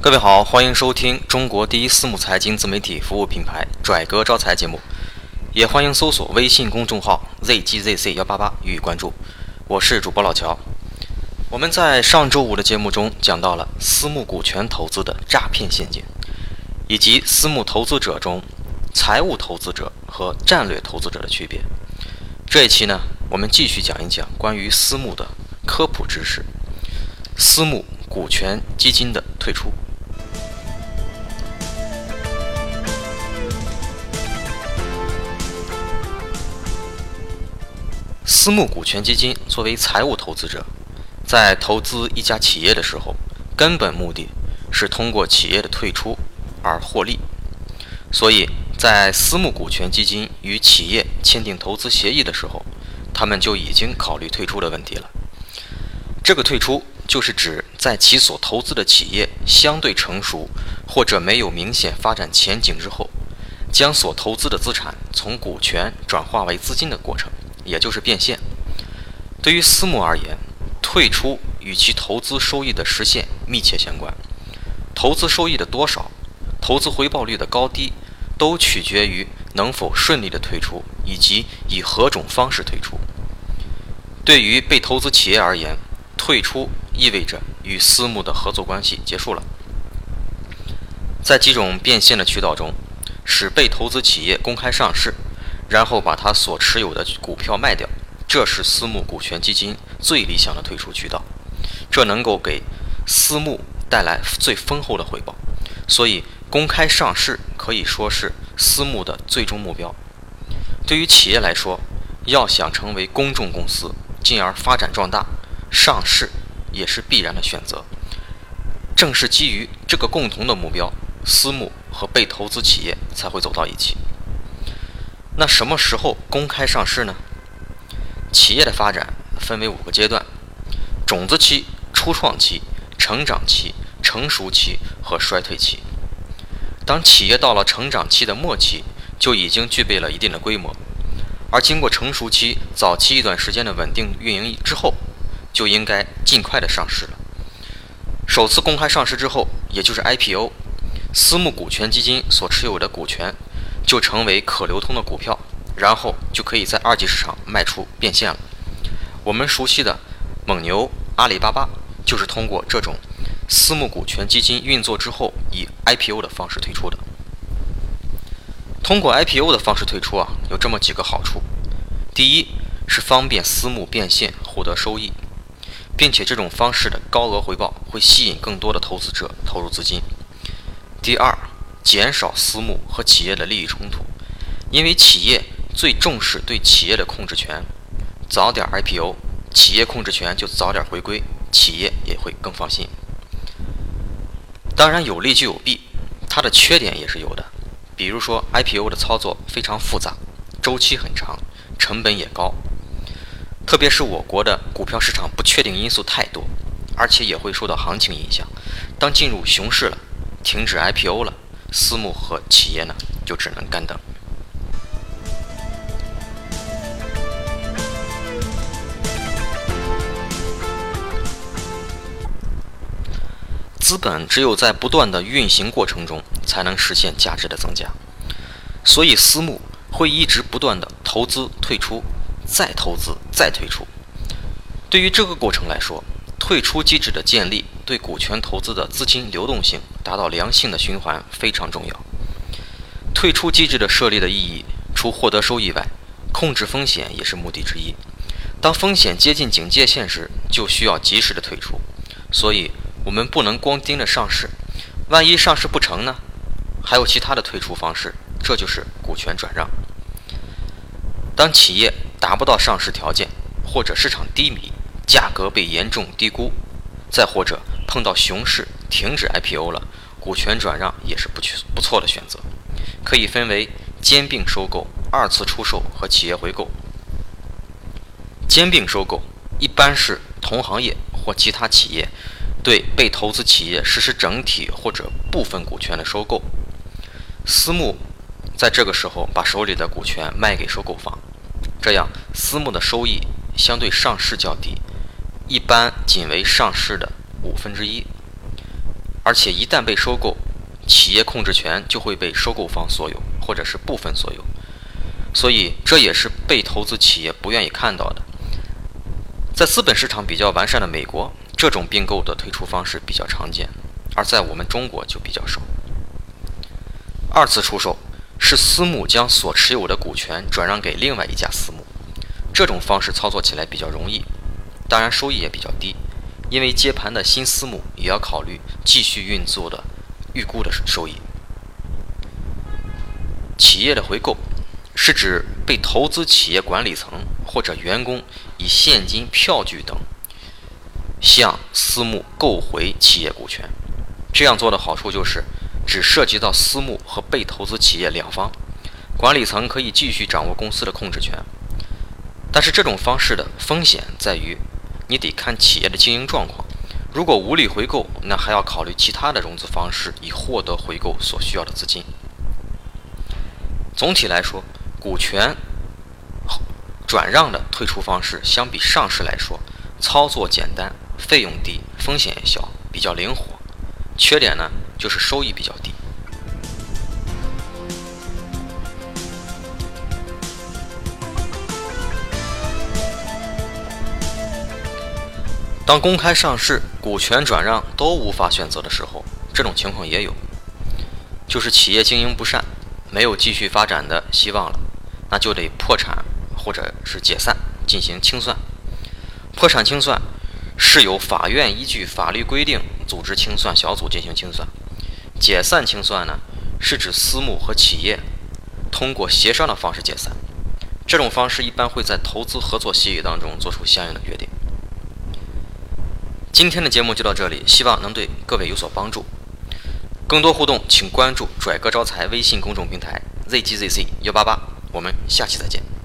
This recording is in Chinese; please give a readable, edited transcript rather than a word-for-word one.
各位好，欢迎收听中国第一私募财经自媒体服务品牌拽哥招财节目，也欢迎搜索微信公众号 ZGZC188 予以关注。我是主播老乔。我们在上周五的节目中讲到了私募股权投资的诈骗陷阱，以及私募投资者中财务投资者和战略投资者的区别。这一期呢，我们继续讲一讲关于私募的科普知识，私募股权基金的退出。私募股权基金作为财务投资者，在投资一家企业的时候，根本目的是通过企业的退出而获利。所以在私募股权基金与企业签订投资协议的时候，他们就已经考虑退出的问题了。这个退出就是指在其所投资的企业相对成熟或者没有明显发展前景之后，将所投资的资产从股权转化为资金的过程，也就是变现。对于私募而言，退出与其投资收益的实现密切相关。投资收益的多少，投资回报率的高低，都取决于能否顺利的退出，以及以何种方式退出。对于被投资企业而言，退出意味着与私募的合作关系结束了。在几种变现的渠道中，使被投资企业公开上市，然后把他所持有的股票卖掉，这是私募股权基金最理想的退出渠道，这能够给私募带来最丰厚的回报。所以公开上市可以说是私募的最终目标。对于企业来说，要想成为公众公司，进而发展壮大，上市也是必然的选择。正是基于这个共同的目标，私募和被投资企业才会走到一起。那什么时候公开上市呢？企业的发展分为5个阶段：种子期、初创期、成长期、成熟期和衰退期。当企业到了成长期的末期，就已经具备了一定的规模，而经过成熟期早期一段时间的稳定运营之后，就应该尽快的上市了。首次公开上市之后，也就是 IPO， 私募股权基金所持有的股权就成为可流通的股票，然后就可以在二级市场卖出变现了。我们熟悉的蒙牛、阿里巴巴就是通过这种私募股权基金运作之后，以 IPO 的方式退出的。通过 IPO 的方式退出有这么几个好处：第一是方便私募变现获得收益，并且这种方式的高额回报会吸引更多的投资者投入资金；第二，减少私募和企业的利益冲突，因为企业最重视对企业的控制权，早点 IPO， 企业控制权就早点回归，企业也会更放心。当然有利就有弊，它的缺点也是有的，比如说 IPO 的操作非常复杂，周期很长，成本也高，特别是我国的股票市场不确定因素太多，而且也会受到行情影响。当进入熊市了，停止 IPO 了，私募和企业呢就只能干等。资本只有在不断的运行过程中才能实现价值的增加，所以私募会一直不断的投资退出，再投资再退出。对于这个过程来说，退出机制的建立对股权投资的资金流动性达到良性的循环非常重要。退出机制的设立的意义，除获得收益外，控制风险也是目的之一。当风险接近警戒线时，就需要及时的退出。所以我们不能光盯着上市，万一上市不成呢？还有其他的退出方式，这就是股权转让。当企业达不到上市条件，或者市场低迷，价格被严重低估，再或者碰到熊市停止 IPO 了，股权转让也是不错的选择。可以分为兼并收购、二次出售和企业回购。兼并收购一般是同行业或其他企业对被投资企业实施整体或者部分股权的收购。私募在这个时候把手里的股权卖给收购方，这样私募的收益相对上市较低，一般仅为上市的1/5。 而且一旦被收购，企业控制权就会被收购方所有，或者是部分所有。所以这也是被投资企业不愿意看到的。在资本市场比较完善的美国，这种并购的退出方式比较常见，而在我们中国就比较少。二次出售是私募将所持有的股权转让给另外一家私募，这种方式操作起来比较容易，当然收益也比较低，因为接盘的新私募也要考虑继续运作的预估的收益。企业的回购是指被投资企业管理层或者员工以现金、票据等向私募购回企业股权。这样做的好处就是只涉及到私募和被投资企业两方，管理层可以继续掌握公司的控制权。但是这种方式的风险在于，你得看企业的经营状况，如果无力回购，那还要考虑其他的融资方式以获得回购所需要的资金。总体来说，股权转让的退出方式相比上市来说，操作简单，费用低，风险也小，比较灵活。缺点呢，就是收益比较低。当公开上市、股权转让都无法选择的时候，这种情况也有，就是企业经营不善，没有继续发展的希望了，那就得破产或者是解散进行清算。破产清算是由法院依据法律规定组织清算小组进行清算。解散清算呢，是指私募和企业通过协商的方式解散，这种方式一般会在投资合作协议当中做出相应的约定。今天的节目就到这里，希望能对各位有所帮助。更多互动请关注拽哥招财微信公众平台 ZGZC188，我们下期再见。